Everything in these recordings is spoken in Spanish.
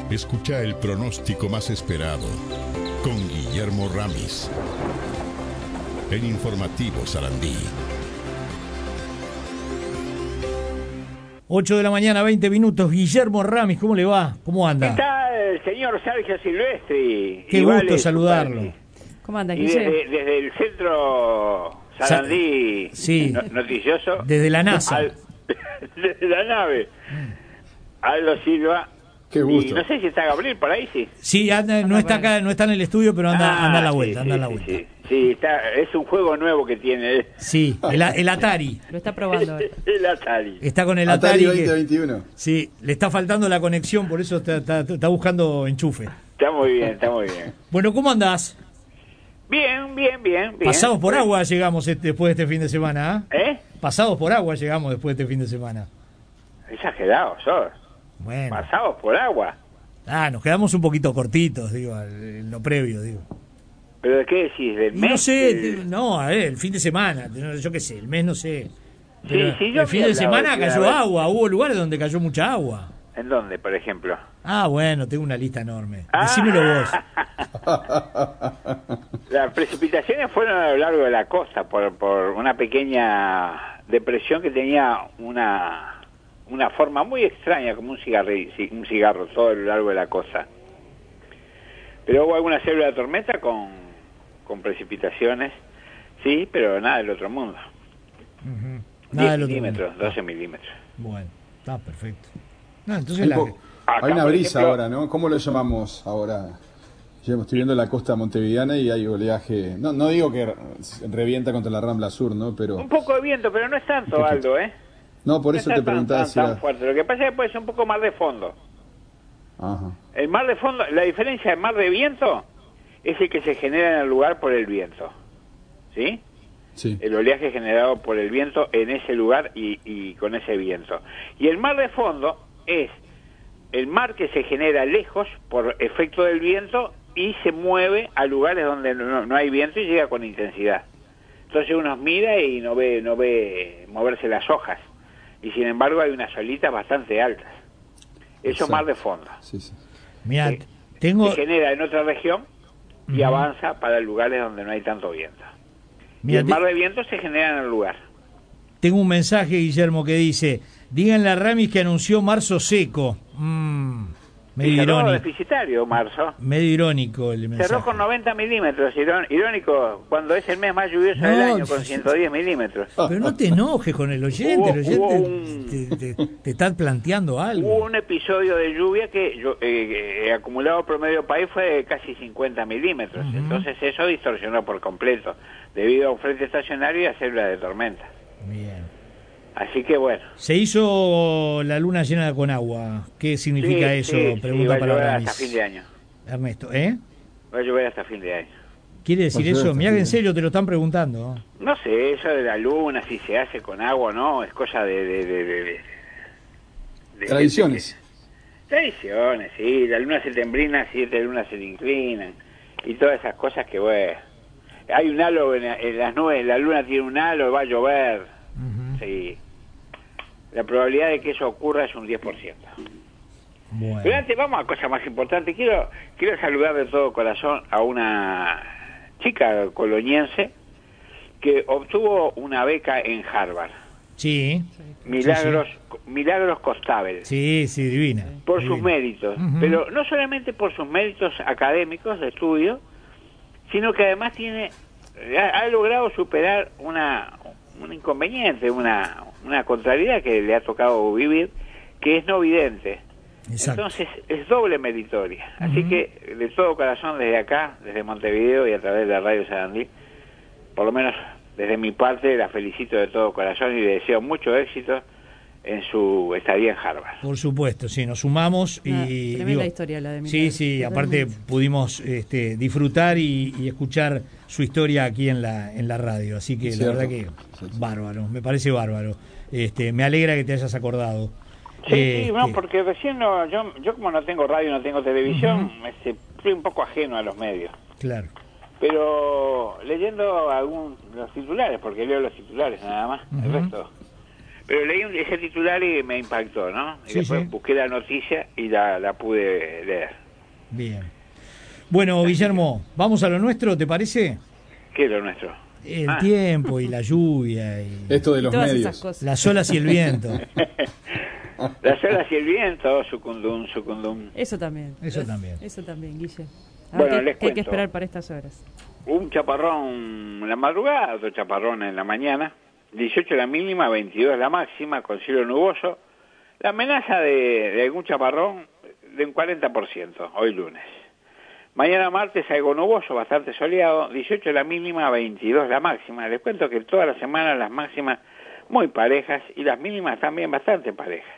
Escucha el pronóstico más esperado con Guillermo Ramis en Informativo Sarandí. 8 de la mañana, 20 minutos. Guillermo Ramis, ¿cómo le va? ¿Cómo anda? ¿Qué tal, señor Sergio Silvestri? Qué gusto saludarlo. ¿Cómo anda, Y Guillermo? desde el centro Sarandí sí. noticioso. Desde la NASA. Desde la nave. Aldo Silva. Qué gusto. Y no sé si está Gabriel por ahí, sí. Sí, no está acá, no está en el estudio, pero anda a la vuelta, sí, anda a la sí, vuelta. Sí, está, es un juego nuevo que tiene. Sí, el Atari. Lo está probando. El Atari. Está con el Atari Atari. 2021. Sí, le está faltando la conexión, por eso está buscando enchufe. Está muy bien, está muy bien. Bueno, ¿cómo andás? Bien. Pasados por agua llegamos después de este fin de semana, ¿ah? ¿Eh? Pasados por agua llegamos después de este fin de semana. Exagerado, sos. Bueno. Pasados por agua. Nos quedamos un poquito cortitos, digo, en lo previo, digo. ¿Pero de qué decís? ¿Del Y mes? no sé, no, a ver, el fin de semana, yo qué sé, el mes no sé. Pero Sí, yo el fin vi de semana hablado, cayó agua, hubo lugares donde cayó mucha agua. ¿En dónde, por ejemplo? Bueno, tengo una lista enorme. Decímelo vos. Las precipitaciones fueron a lo largo de la costa por una pequeña depresión que tenía una forma muy extraña, como un cigarro todo a lo largo de la costa. Pero hubo alguna célula de tormenta con precipitaciones, sí, pero nada del otro mundo. Uh-huh. 10 milímetros, 12 milímetros. Bueno, está perfecto. Entonces hay una por brisa ejemplo, ahora, ¿no? ¿Cómo lo llamamos ahora? Yo estoy viendo la costa montevideana y hay oleaje. No digo que revienta contra la Rambla Sur, ¿no? Pero un poco de viento, pero no es tanto, Aldo, ¿eh? no, por No eso está te preguntaba si era... tan fuerte. Lo que pasa es que puede ser un poco más de fondo. Ajá. El mar de fondo, la diferencia del mar de viento es el que se genera en el lugar por el viento, ¿sí? Sí. El oleaje generado por el viento en ese lugar y con ese viento. Y el mar de fondo es el mar que se genera lejos por efecto del viento y se mueve a lugares donde no hay viento y llega con intensidad. Entonces uno mira y no ve moverse las hojas. Y sin embargo hay unas olitas bastante altas. Eso es mar de fondo. Sí. Mira, Se tengo... genera en otra región y avanza para lugares donde no hay tanto viento. Mirá, y el mar de viento se genera en el lugar. Tengo un mensaje, Guillermo, que dice: díganle a Ramis que anunció marzo seco. Medio irónico. Deficitario, marzo. Medio irónico el mensaje. Cerró con 90 milímetros, irónico, cuando es el mes más lluvioso del año, con 110 milímetros. Pero no te enojes con el oyente, te está planteando algo. Hubo un episodio de lluvia que acumulado promedio país fue de casi 50 milímetros, entonces eso distorsionó por completo, debido a un frente estacionario y a células de tormenta. Bien. Así que bueno. Se hizo la luna llena con agua. ¿Qué significa eso? Pregunta va a para llover Ramis. hasta fin de año. Ernesto, Va a llover hasta fin de año. ¿Quiere decir eso? Mirá que en serio te lo están preguntando. No sé, eso de la luna, si se hace con agua o no, es cosa de tradiciones. Tradiciones, sí. La luna septembrina, 7 lunas se inclinan. Y todas esas cosas que, bueno. Hay un halo en las nubes, la luna tiene un halo, va a llover. Sí. La probabilidad de que eso ocurra es un 10%. Bueno. Pero antes vamos a cosas más importantes. Quiero saludar de todo corazón a una chica coloniense que obtuvo una beca en Harvard. Sí. Milagros Costabel. Sí, divina. Por divina. sus méritos. Pero no solamente por sus méritos académicos de estudio, sino que además ha logrado superar un inconveniente, una contrariedad que le ha tocado vivir, que es no vidente. Exacto. Entonces es doble meritoria. Así que de todo corazón desde acá, desde Montevideo y a través de la Radio Sarandí, por lo menos desde mi parte la felicito de todo corazón y le deseo mucho éxito en su estadía en Harvard. Por supuesto, sí, nos sumamos y tremenda historia la de mi Sí, aparte pudimos disfrutar y escuchar su historia aquí en la radio, así que la verdad que bárbaro, me parece bárbaro. Me alegra que te hayas acordado. Sí, no, porque recién yo como no tengo radio, no tengo televisión, soy un poco ajeno a los medios. Claro. Pero leyendo los titulares, porque leo los titulares nada más, el resto Pero leí ese titular y me impactó, ¿no? Y después busqué la noticia y la pude leer. Bien. Bueno, Guillermo, ¿vamos a lo nuestro, te parece? ¿Qué es lo nuestro? El tiempo y la lluvia y esto de los todas medios, esas cosas. las olas y el viento. Las olas y el viento, sucundum. Eso también. Eso también. Eso también, Guille. Bueno, les ¿Qué hay que cuento. esperar para estas horas? Un chaparrón en la madrugada, otro chaparrón en la mañana. 18 la mínima, 22 la máxima, con cielo nuboso. La amenaza de algún chaparrón de un 40%, hoy lunes. Mañana martes algo nuboso, bastante soleado, 18 la mínima, 22 la máxima. Les cuento que toda la semana las máximas muy parejas y las mínimas también bastante parejas.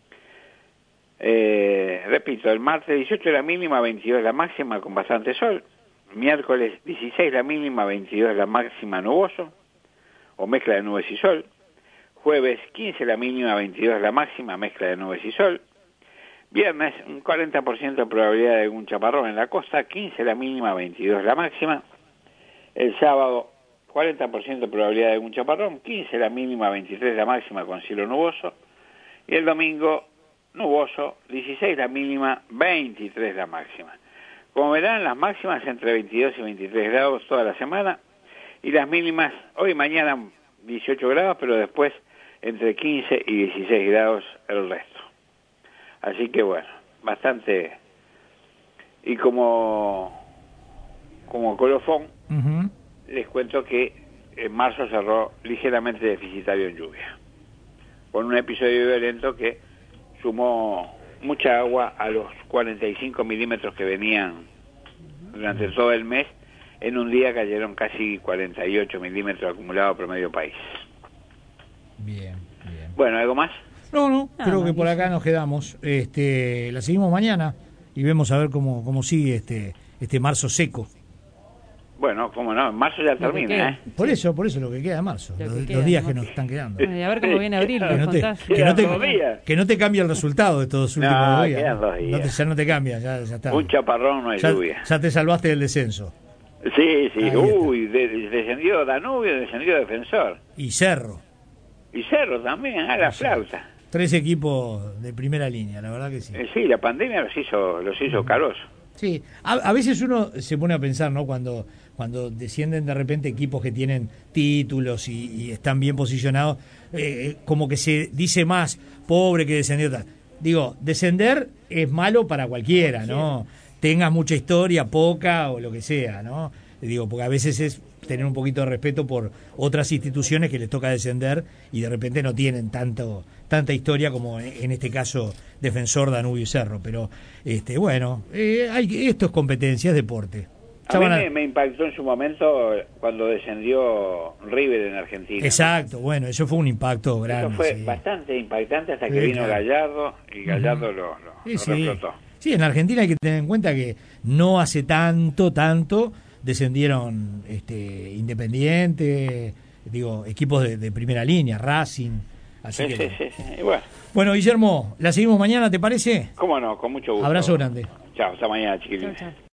Repito, el martes 18 la mínima, 22 la máxima con bastante sol. Miércoles 16 la mínima, 22 la máxima nuboso o mezcla de nubes y sol. Jueves 15 la mínima, 22 la máxima, mezcla de nubes y sol. Viernes un 40% de probabilidad de algún chaparrón en la costa, 15 la mínima, 22 la máxima. El sábado 40% de probabilidad de algún chaparrón, 15 la mínima, 23 la máxima con cielo nuboso. Y el domingo nuboso, 16 la mínima, 23 la máxima. Como verán, las máximas entre 22 y 23 grados toda la semana y las mínimas hoy y mañana 18 grados, pero después entre 15 y 16 grados el resto. Así que bueno, bastante. Y como colofón, les cuento que en marzo cerró ligeramente deficitario en lluvia, con un episodio violento que sumó mucha agua a los 45 milímetros que venían durante todo el mes. En un día cayeron casi 48 milímetros acumulado promedio país. Bien. Bueno, ¿algo más? No, creo que por acá nos quedamos. La seguimos mañana y vemos a ver cómo sigue este marzo seco. Bueno, cómo no, en marzo ya termina, ¿eh? Por eso lo que queda de marzo, los días que nos están quedando. Bueno, y a ver cómo viene abril. Que no te cambie el resultado de estos últimos días. Quedan 2 días. Ya no te cambia, ya está. Un chaparrón no hay lluvia. Ya te salvaste del descenso. Sí. Descendió Danubio, descendió Defensor. Y Cerro. Y Cerro también, la flauta. 3 equipos de primera línea, la verdad que sí. Sí, la pandemia los hizo caros. Sí, a veces uno se pone a pensar, ¿no? Cuando descienden de repente equipos que tienen títulos y están bien posicionados, como que se dice más pobre que descendió tal. Digo, descender es malo para cualquiera, ¿no? Tengas mucha historia, poca o lo que sea, ¿no? Digo, porque a veces es tener un poquito de respeto por otras instituciones que les toca descender y de repente no tienen tanta historia como en este caso Defensor, Danubio y Cerro. Pero bueno, esto es competencia, es deporte. A mí me impactó en su momento cuando descendió River en Argentina. Exacto, bueno, eso fue un impacto grande. Eso fue bastante impactante hasta que vino Gallardo y Gallardo lo reflotó. Sí, en Argentina hay que tener en cuenta que no hace tanto descendieron Independiente, equipos de primera línea, Racing. Así sí. Bueno, Guillermo, la seguimos mañana, ¿te parece? Cómo no, con mucho gusto. Abrazo grande. Chao, hasta mañana, chiquilines. Chao.